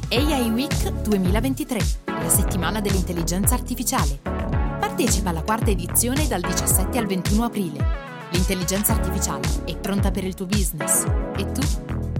AI Week 2023, la settimana dell'intelligenza artificiale. Partecipa alla quarta edizione dal 17 al 21 aprile. L'intelligenza artificiale è pronta per il tuo business. E tu?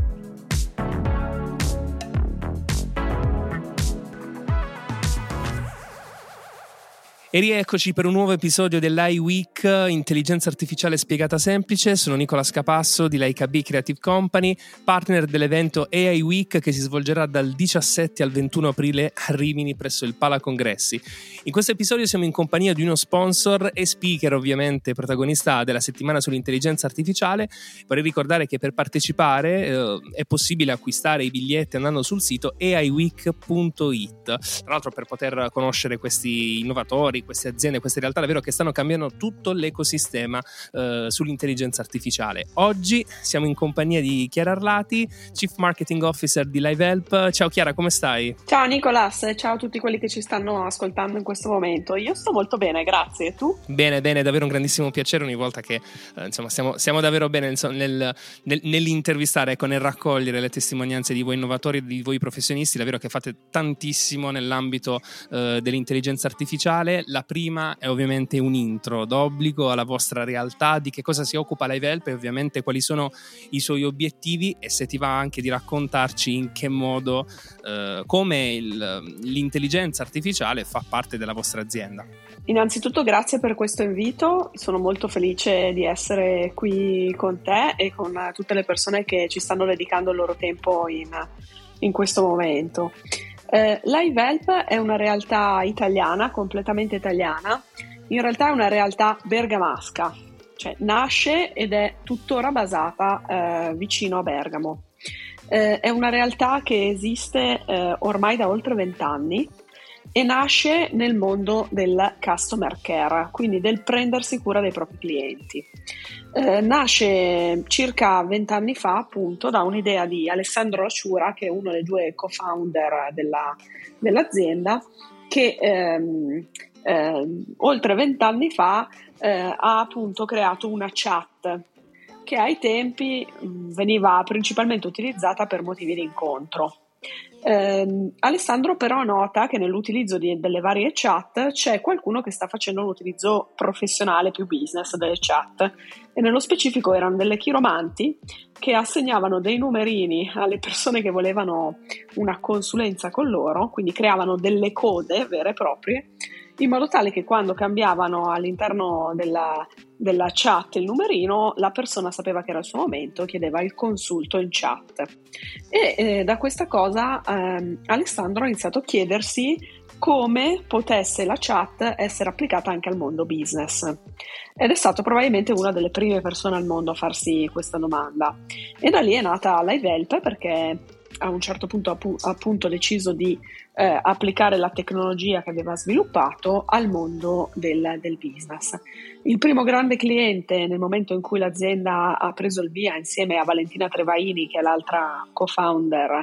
E rieccoci per un nuovo episodio dell'AI Week, Intelligenza Artificiale Spiegata Semplice. Sono Nicola Scapasso di Like.a.Bee Creative Company, partner dell'evento AI Week che si svolgerà dal 17 al 21 aprile a Rimini presso il Pala Congressi. In questo episodio siamo in compagnia di uno sponsor e speaker, ovviamente protagonista della settimana sull'intelligenza artificiale. Vorrei ricordare che per partecipare è possibile acquistare i biglietti andando sul sito aiweek.it. Tra l'altro, per poter conoscere questi innovatori, queste aziende, queste realtà davvero che stanno cambiando tutto l'ecosistema sull'intelligenza artificiale. Oggi siamo in compagnia di Chiara Arlati, Chief Marketing Officer di LiveHelp. Ciao Chiara, come stai? Ciao Nicolas, ciao a tutti quelli che ci stanno ascoltando in questo momento. Io sto molto bene, grazie. E tu? Bene, davvero un grandissimo piacere ogni volta che stiamo davvero bene nell'intervistare, nel raccogliere le testimonianze di voi innovatori, di voi professionisti, davvero che fate tantissimo nell'ambito dell'intelligenza artificiale. La prima è ovviamente un intro d'obbligo alla vostra realtà, di che cosa si occupa LiveHelp e ovviamente quali sono i suoi obiettivi, e se ti va anche di raccontarci in che modo, come l'intelligenza artificiale fa parte della vostra azienda. Innanzitutto grazie per questo invito, sono molto felice di essere qui con te e con tutte le persone che ci stanno dedicando il loro tempo in questo momento. LiveHelp è una realtà italiana, completamente italiana. In realtà è una realtà bergamasca, cioè nasce ed è tuttora basata vicino a Bergamo. È una realtà che esiste ormai da oltre 20 anni e nasce nel mondo del customer care, quindi del prendersi cura dei propri clienti. Nasce circa 20 anni fa appunto da un'idea di Alessandro Laciura, che è uno dei due co-founder dell'azienda, che oltre 20 anni fa ha appunto creato una chat che ai tempi veniva principalmente utilizzata per motivi di incontro. Alessandro però nota che nell'utilizzo delle varie chat c'è qualcuno che sta facendo un utilizzo professionale più business delle chat, e nello specifico erano delle chiromanti che assegnavano dei numerini alle persone che volevano una consulenza con loro, quindi creavano delle code vere e proprie, in modo tale che quando cambiavano all'interno della chat il numerino, la persona sapeva che era il suo momento, chiedeva il consulto in chat. E da questa cosa Alessandro ha iniziato a chiedersi come potesse la chat essere applicata anche al mondo business, ed è stato probabilmente una delle prime persone al mondo a farsi questa domanda, e da lì è nata LiveHelp, perché a un certo punto ha appunto deciso di applicare la tecnologia che aveva sviluppato al mondo del business. Il primo grande cliente, nel momento in cui l'azienda ha preso il via insieme a Valentina Trevaini, che è l'altra co-founder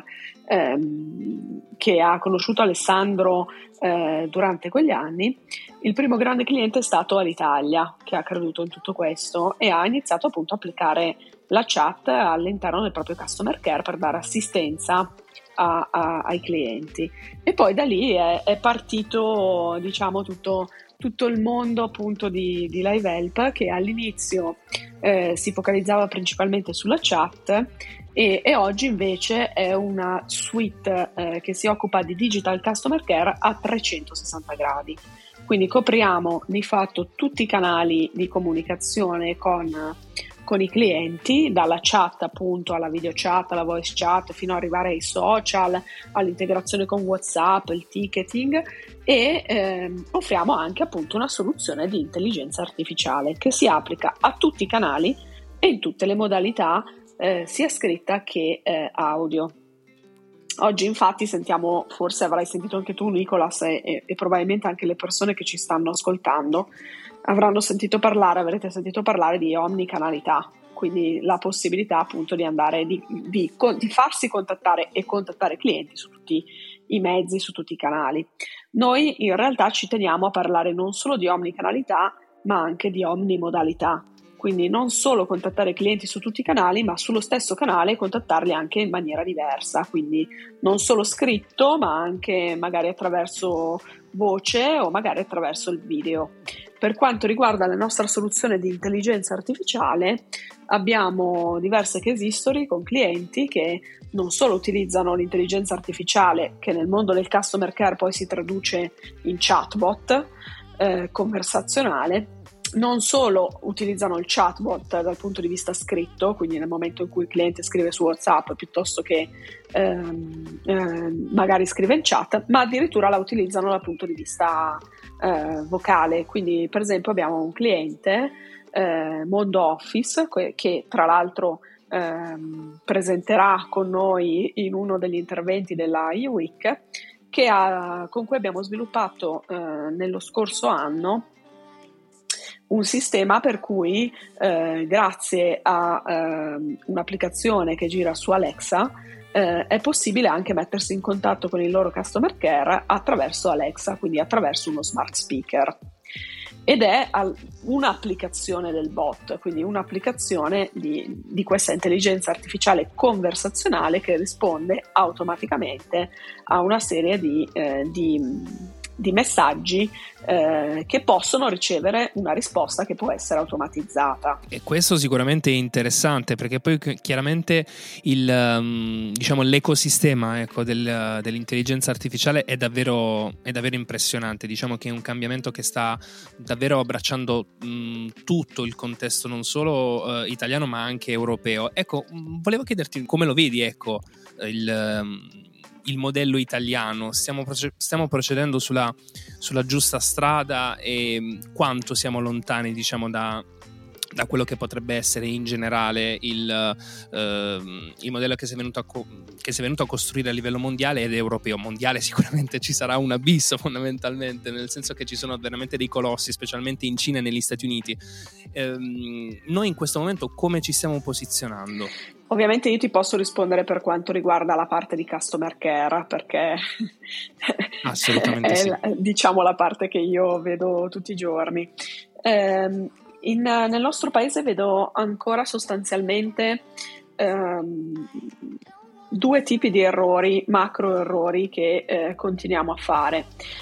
che ha conosciuto Alessandro durante quegli anni, il primo grande cliente è stato Alitalia, che ha creduto in tutto questo e ha iniziato appunto a applicare la chat all'interno del proprio customer care per dare assistenza ai clienti. E poi da lì è partito, diciamo, tutto il mondo appunto di LiveHelp, che all'inizio si focalizzava principalmente sulla chat e oggi invece è una suite che si occupa di digital customer care a 360 gradi. Quindi copriamo di fatto tutti i canali di comunicazione con i clienti, dalla chat appunto alla video chat, alla voice chat, fino ad arrivare ai social, all'integrazione con WhatsApp, il ticketing, e offriamo anche appunto una soluzione di intelligenza artificiale che si applica a tutti i canali e in tutte le modalità, sia scritta che audio. Oggi infatti sentiamo, forse avrai sentito anche tu Nicolas e probabilmente anche le persone che ci stanno ascoltando avrete sentito parlare di omnicanalità, quindi la possibilità appunto di andare di farsi contattare e contattare clienti su tutti i mezzi, su tutti i canali. Noi in realtà ci teniamo a parlare non solo di omnicanalità, ma anche di omnimodalità, quindi non solo contattare i clienti su tutti i canali, ma sullo stesso canale contattarli anche in maniera diversa, quindi non solo scritto, ma anche magari attraverso voce o magari attraverso il video. Per quanto riguarda la nostra soluzione di intelligenza artificiale, abbiamo diverse case history con clienti che non solo utilizzano l'intelligenza artificiale, che nel mondo del customer care poi si traduce in chatbot conversazionale, non solo utilizzano il chatbot dal punto di vista scritto, quindi nel momento in cui il cliente scrive su WhatsApp piuttosto che magari scrive in chat, ma addirittura la utilizzano dal punto di vista vocale. Quindi per esempio abbiamo un cliente, Mondo Office, che tra l'altro presenterà con noi in uno degli interventi della eWeek, con cui abbiamo sviluppato nello scorso anno un sistema per cui grazie a un'applicazione che gira su Alexa è possibile anche mettersi in contatto con il loro customer care attraverso Alexa, quindi attraverso uno smart speaker. Ed è un'applicazione del bot, quindi un'applicazione di questa intelligenza artificiale conversazionale che risponde automaticamente a una serie di messaggi che possono ricevere una risposta che può essere automatizzata. E questo sicuramente è interessante, perché poi chiaramente l'ecosistema, ecco, dell'intelligenza artificiale è davvero impressionante. Diciamo che è un cambiamento che sta davvero abbracciando tutto il contesto non solo italiano ma anche europeo. Ecco, volevo chiederti come lo vedi, ecco, il modello italiano. Stiamo procedendo sulla giusta strada, e quanto siamo lontani, diciamo, da quello che potrebbe essere in generale il modello che si è venuto a costruire a livello mondiale ed europeo. Mondiale sicuramente ci sarà un abisso, fondamentalmente, nel senso che ci sono veramente dei colossi, specialmente in Cina e negli Stati Uniti. Noi in questo momento come ci stiamo posizionando? Ovviamente io ti posso rispondere per quanto riguarda la parte di customer care, perché assolutamente è sì. Diciamo la parte che io vedo tutti i giorni. Nel nostro paese vedo ancora sostanzialmente due tipi di errori, macro errori che continuiamo a fare.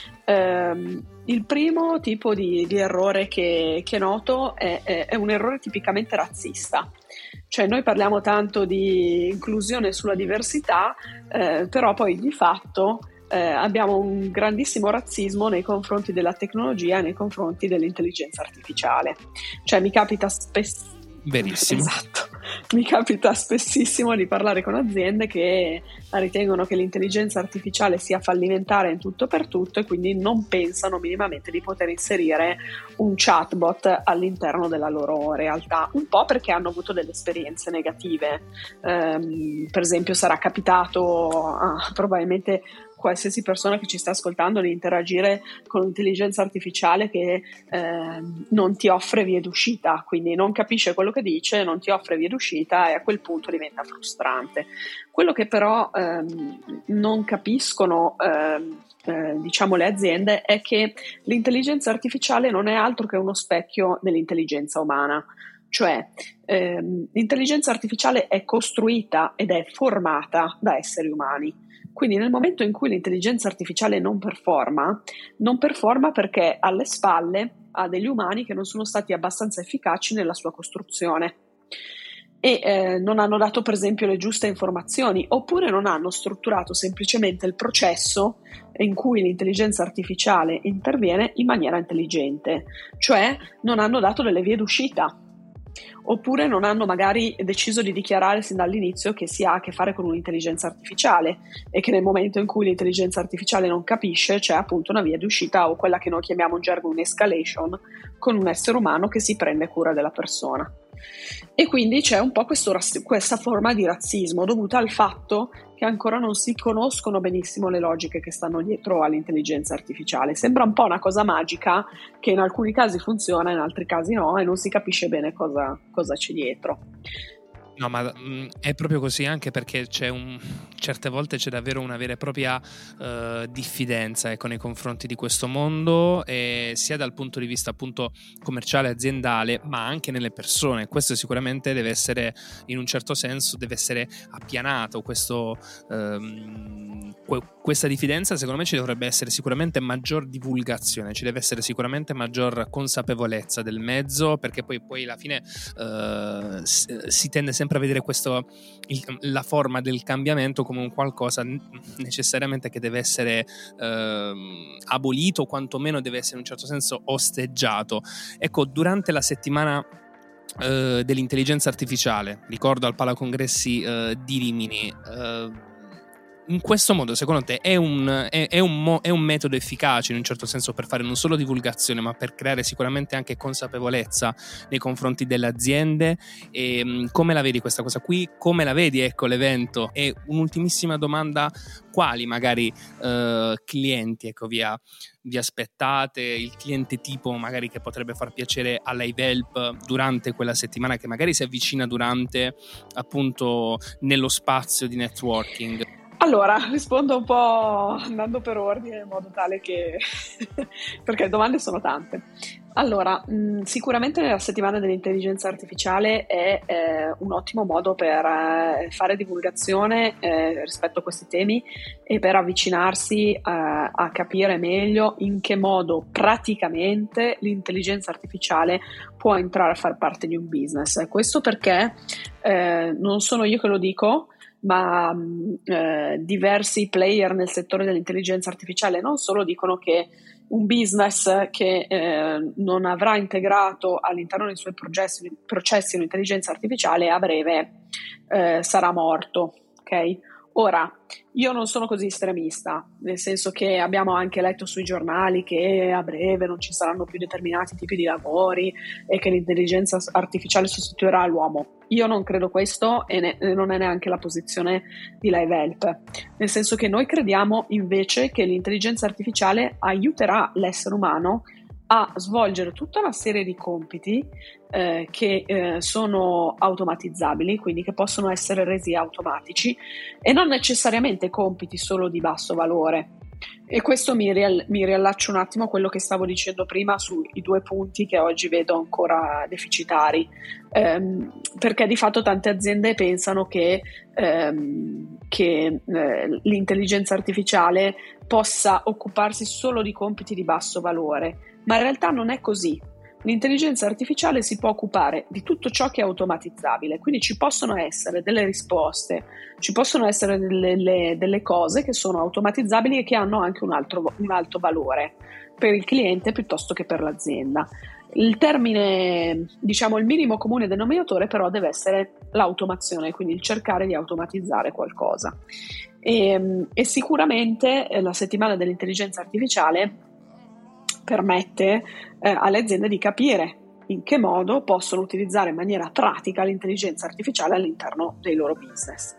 Il primo tipo di errore che noto è un errore tipicamente razzista. Cioè noi parliamo tanto di inclusione sulla diversità, però poi di fatto abbiamo un grandissimo razzismo nei confronti della tecnologia e nei confronti dell'intelligenza artificiale. Cioè mi capita Verissimo. Esatto. Mi capita spessissimo di parlare con aziende che ritengono che l'intelligenza artificiale sia fallimentare in tutto per tutto e quindi non pensano minimamente di poter inserire un chatbot all'interno della loro realtà, un po' perché hanno avuto delle esperienze negative. Per esempio sarà capitato probabilmente qualsiasi persona che ci sta ascoltando di interagire con l'intelligenza artificiale che non ti offre vie d'uscita, quindi non capisce quello che dice, non ti offre vie d'uscita e a quel punto diventa frustrante. Quello che però non capiscono diciamo le aziende è che l'intelligenza artificiale non è altro che uno specchio dell'intelligenza umana. Cioè l'intelligenza artificiale è costruita ed è formata da esseri umani. Quindi nel momento in cui l'intelligenza artificiale non performa perché alle spalle ha degli umani che non sono stati abbastanza efficaci nella sua costruzione e non hanno dato per esempio le giuste informazioni, oppure non hanno strutturato semplicemente il processo in cui l'intelligenza artificiale interviene in maniera intelligente, cioè non hanno dato delle vie d'uscita. Oppure non hanno magari deciso di dichiarare sin dall'inizio che si ha a che fare con un'intelligenza artificiale e che nel momento in cui l'intelligenza artificiale non capisce c'è appunto una via di uscita o quella che noi chiamiamo in gergo un'escalation con un essere umano che si prende cura della persona. E quindi c'è un po' questa forma di razzismo dovuta al fatto che ancora non si conoscono benissimo le logiche che stanno dietro all'intelligenza artificiale. Sembra un po' una cosa magica che in alcuni casi funziona, in altri casi no, e non si capisce bene cosa c'è dietro. No, ma è proprio così, anche perché certe volte c'è davvero una vera e propria diffidenza, ecco, nei confronti di questo mondo, sia dal punto di vista appunto commerciale, aziendale, ma anche nelle persone. Questo sicuramente deve essere, in un certo senso, deve essere appianato. Questa diffidenza, secondo me, ci dovrebbe essere sicuramente maggior divulgazione, ci deve essere sicuramente maggior consapevolezza del mezzo, perché poi alla fine si tende sempre a vedere la forma del cambiamento come un qualcosa necessariamente che deve essere abolito, o quantomeno deve essere in un certo senso osteggiato. Ecco, durante la settimana dell'intelligenza artificiale, ricordo al Palacongressi di Rimini, in questo modo, secondo te, è un metodo efficace in un certo senso per fare non solo divulgazione, ma per creare sicuramente anche consapevolezza nei confronti delle aziende? E come la vedi questa cosa qui? Come la vedi, ecco, l'evento? E un'ultimissima domanda: quali magari clienti, ecco, vi aspettate, il cliente tipo magari che potrebbe far piacere all'Ivelp durante quella settimana, che magari si avvicina durante, appunto, nello spazio di networking? Allora, rispondo un po' andando per ordine, in modo tale che perché le domande sono tante. Allora, sicuramente la settimana dell'intelligenza artificiale è un ottimo modo per fare divulgazione rispetto a questi temi e per avvicinarsi a capire meglio in che modo praticamente l'intelligenza artificiale può entrare a far parte di un business. Questo perché non sono io che lo dico, ma diversi player nel settore dell'intelligenza artificiale non solo dicono che un business che non avrà integrato all'interno dei suoi processi un'intelligenza artificiale a breve sarà morto, ok? Ora, io non sono così estremista, nel senso che abbiamo anche letto sui giornali che a breve non ci saranno più determinati tipi di lavori e che l'intelligenza artificiale sostituirà l'uomo. Io non credo questo e non è neanche la posizione di LiveHelp, nel senso che noi crediamo invece che l'intelligenza artificiale aiuterà l'essere umano a svolgere tutta una serie di compiti che sono automatizzabili, quindi che possono essere resi automatici e non necessariamente compiti solo di basso valore. E questo mi riallaccio un attimo a quello che stavo dicendo prima sui due punti che oggi vedo ancora deficitari, perché di fatto tante aziende pensano che l'intelligenza artificiale possa occuparsi solo di compiti di basso valore, ma in realtà non è così. L'intelligenza artificiale si può occupare di tutto ciò che è automatizzabile, quindi ci possono essere delle risposte, ci possono essere delle cose che sono automatizzabili e che hanno anche un alto valore per il cliente piuttosto che per l'azienda. Il termine, diciamo, il minimo comune denominatore però deve essere l'automazione, quindi il cercare di automatizzare qualcosa. E sicuramente la settimana dell'intelligenza artificiale permette alle aziende di capire in che modo possono utilizzare in maniera pratica l'intelligenza artificiale all'interno dei loro business.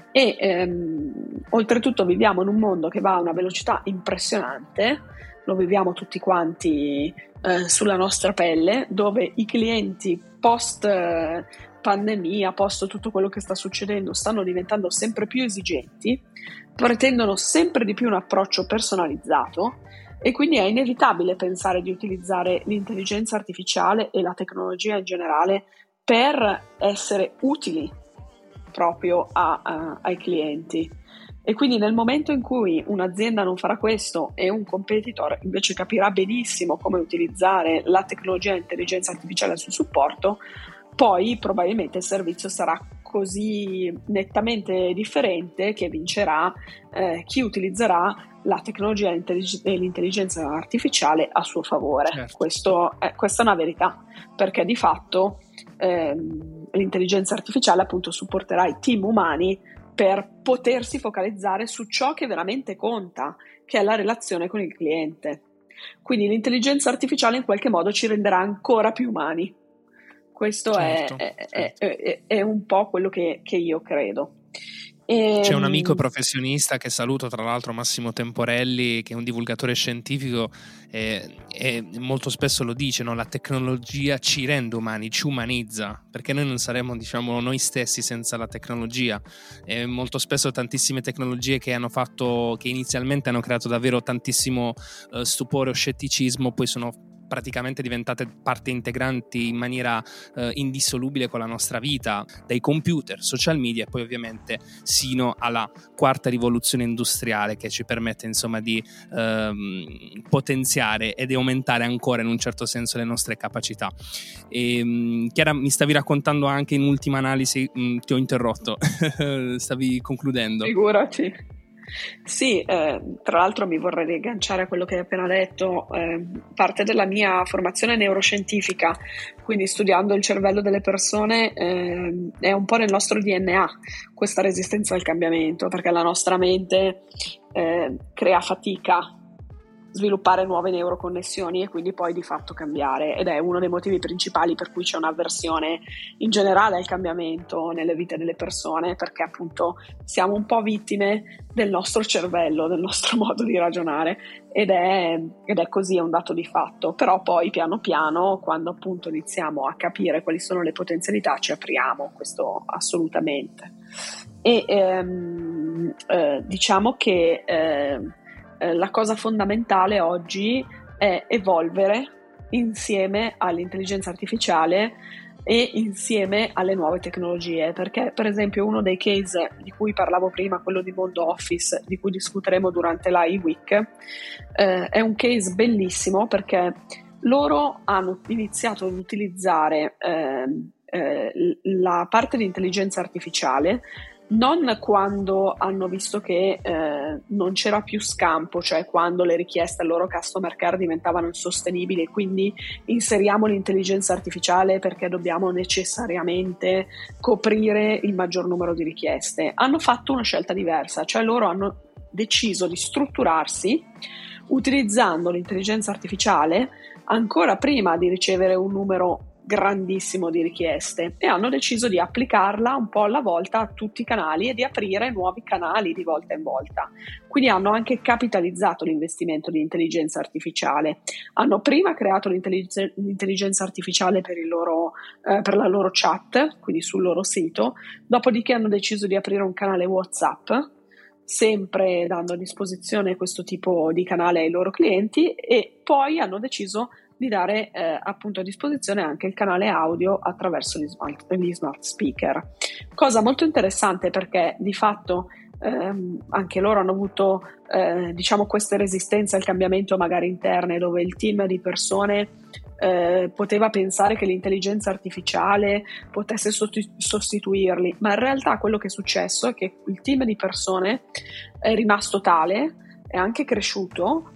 E oltretutto viviamo in un mondo che va a una velocità impressionante, lo viviamo tutti quanti sulla nostra pelle, dove i clienti post pandemia, post tutto quello che sta succedendo, stanno diventando sempre più esigenti, pretendono sempre di più un approccio personalizzato. E quindi è inevitabile pensare di utilizzare l'intelligenza artificiale e la tecnologia in generale per essere utili proprio ai clienti. E quindi nel momento in cui un'azienda non farà questo e un competitor invece capirà benissimo come utilizzare la tecnologia e l'intelligenza artificiale al suo supporto, poi probabilmente il servizio sarà così nettamente differente che vincerà chi utilizzerà la tecnologia e l'intelligenza artificiale a suo favore. Certo. Questa è una verità, perché di fatto l'intelligenza artificiale appunto supporterà i team umani per potersi focalizzare su ciò che veramente conta, che è la relazione con il cliente. Quindi l'intelligenza artificiale in qualche modo ci renderà ancora più umani. Questo certo. È un po' quello che io credo. C'è un amico professionista che saluto, tra l'altro, Massimo Temporelli, che è un divulgatore scientifico, e molto spesso lo dice, no? La tecnologia ci rende umani, ci umanizza, perché noi non saremmo, diciamo, noi stessi senza la tecnologia. E molto spesso tantissime tecnologie che inizialmente hanno creato davvero tantissimo stupore o scetticismo, poi sono praticamente diventate parte integranti in maniera indissolubile con la nostra vita, dai computer, social media e poi ovviamente sino alla quarta rivoluzione industriale, che ci permette insomma di potenziare ed aumentare ancora in un certo senso le nostre capacità. E, Chiara, mi stavi raccontando anche in ultima analisi, ti ho interrotto, stavi concludendo. Figurati. Sì, tra l'altro mi vorrei riagganciare a quello che hai appena detto. Parte della mia formazione neuroscientifica, quindi studiando il cervello delle persone, è un po' nel nostro DNA questa resistenza al cambiamento, perché la nostra mente crea fatica sviluppare nuove neuroconnessioni e quindi poi di fatto cambiare, ed è uno dei motivi principali per cui c'è un'avversione in generale al cambiamento nelle vite delle persone, perché appunto siamo un po' vittime del nostro cervello, del nostro modo di ragionare, ed è così, è un dato di fatto. Però poi piano piano, quando appunto iniziamo a capire quali sono le potenzialità, ci apriamo, questo assolutamente. E diciamo che la cosa fondamentale oggi è evolvere insieme all'intelligenza artificiale e insieme alle nuove tecnologie, perché per esempio uno dei case di cui parlavo prima, quello di Mondo Office, di cui discuteremo durante l'AI Week, è un case bellissimo, perché loro hanno iniziato ad utilizzare la parte di intelligenza artificiale non quando hanno visto che non c'era più scampo, cioè quando le richieste al loro customer care diventavano insostenibili e quindi inseriamo l'intelligenza artificiale perché dobbiamo necessariamente coprire il maggior numero di richieste. Hanno fatto una scelta diversa, cioè loro hanno deciso di strutturarsi utilizzando l'intelligenza artificiale ancora prima di ricevere un numero grandissimo di richieste, e hanno deciso di applicarla un po' alla volta a tutti i canali e di aprire nuovi canali di volta in volta. Quindi hanno anche capitalizzato l'investimento di intelligenza artificiale. Hanno prima creato l'intelligenza artificiale per la loro chat, quindi sul loro sito, dopodiché hanno deciso di aprire un canale WhatsApp, sempre dando a disposizione questo tipo di canale ai loro clienti, e poi hanno deciso di dare appunto a disposizione anche il canale audio attraverso gli smart speaker. Cosa molto interessante, perché di fatto anche loro hanno avuto diciamo queste resistenze al cambiamento magari interne, dove il team di persone poteva pensare che l'intelligenza artificiale potesse sostituirli, ma in realtà quello che è successo è che il team di persone è rimasto tale, è anche cresciuto,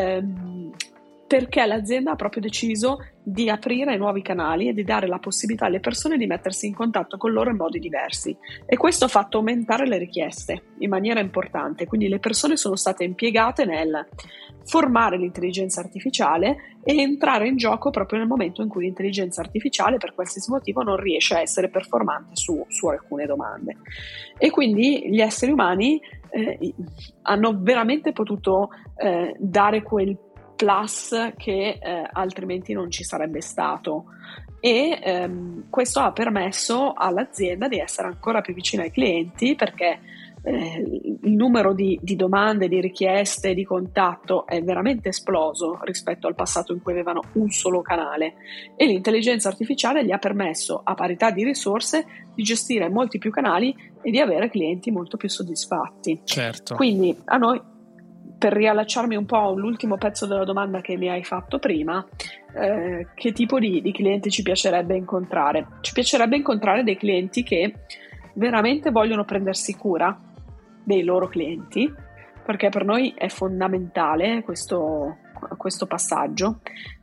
perché l'azienda ha proprio deciso di aprire nuovi canali e di dare la possibilità alle persone di mettersi in contatto con loro in modi diversi, e questo ha fatto aumentare le richieste in maniera importante. Quindi le persone sono state impiegate nel formare l'intelligenza artificiale e entrare in gioco proprio nel momento in cui l'intelligenza artificiale per qualsiasi motivo non riesce a essere performante su alcune domande, e quindi gli esseri umani hanno veramente potuto dare quel plus che altrimenti non ci sarebbe stato, e questo ha permesso all'azienda di essere ancora più vicina ai clienti, perché il numero di domande, di richieste, di contatto è veramente esploso rispetto al passato in cui avevano un solo canale, e l'intelligenza artificiale gli ha permesso, a parità di risorse, di gestire molti più canali e di avere clienti molto più soddisfatti. Certo. Quindi a noi, per riallacciarmi un po' all'ultimo pezzo della domanda che mi hai fatto prima, che tipo di clienti ci piacerebbe incontrare? Ci piacerebbe incontrare dei clienti che veramente vogliono prendersi cura dei loro clienti, perché per noi è fondamentale questo passaggio.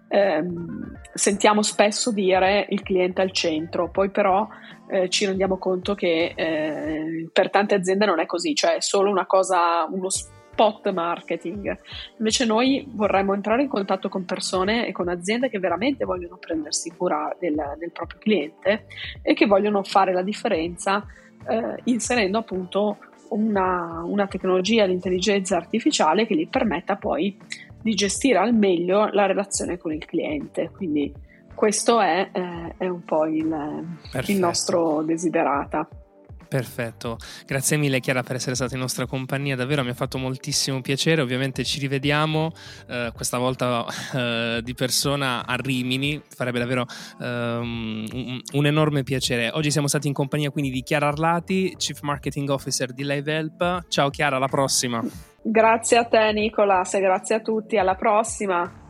Sentiamo spesso dire il cliente al centro, poi però ci rendiamo conto che per tante aziende non è così, cioè è solo una cosa, uno spot marketing. Invece noi vorremmo entrare in contatto con persone e con aziende che veramente vogliono prendersi cura del proprio cliente e che vogliono fare la differenza inserendo appunto una tecnologia di intelligenza artificiale che gli permetta poi di gestire al meglio la relazione con il cliente. Quindi questo è un po' il nostro desiderata. Perfetto, grazie mille Chiara per essere stata in nostra compagnia, davvero mi ha fatto moltissimo piacere. Ovviamente ci rivediamo questa volta di persona a Rimini, farebbe davvero un enorme piacere. Oggi siamo stati in compagnia quindi di Chiara Arlati, Chief Marketing Officer di LiveHelp. Ciao Chiara, alla prossima. Grazie a te Nicolas e grazie a tutti, alla prossima.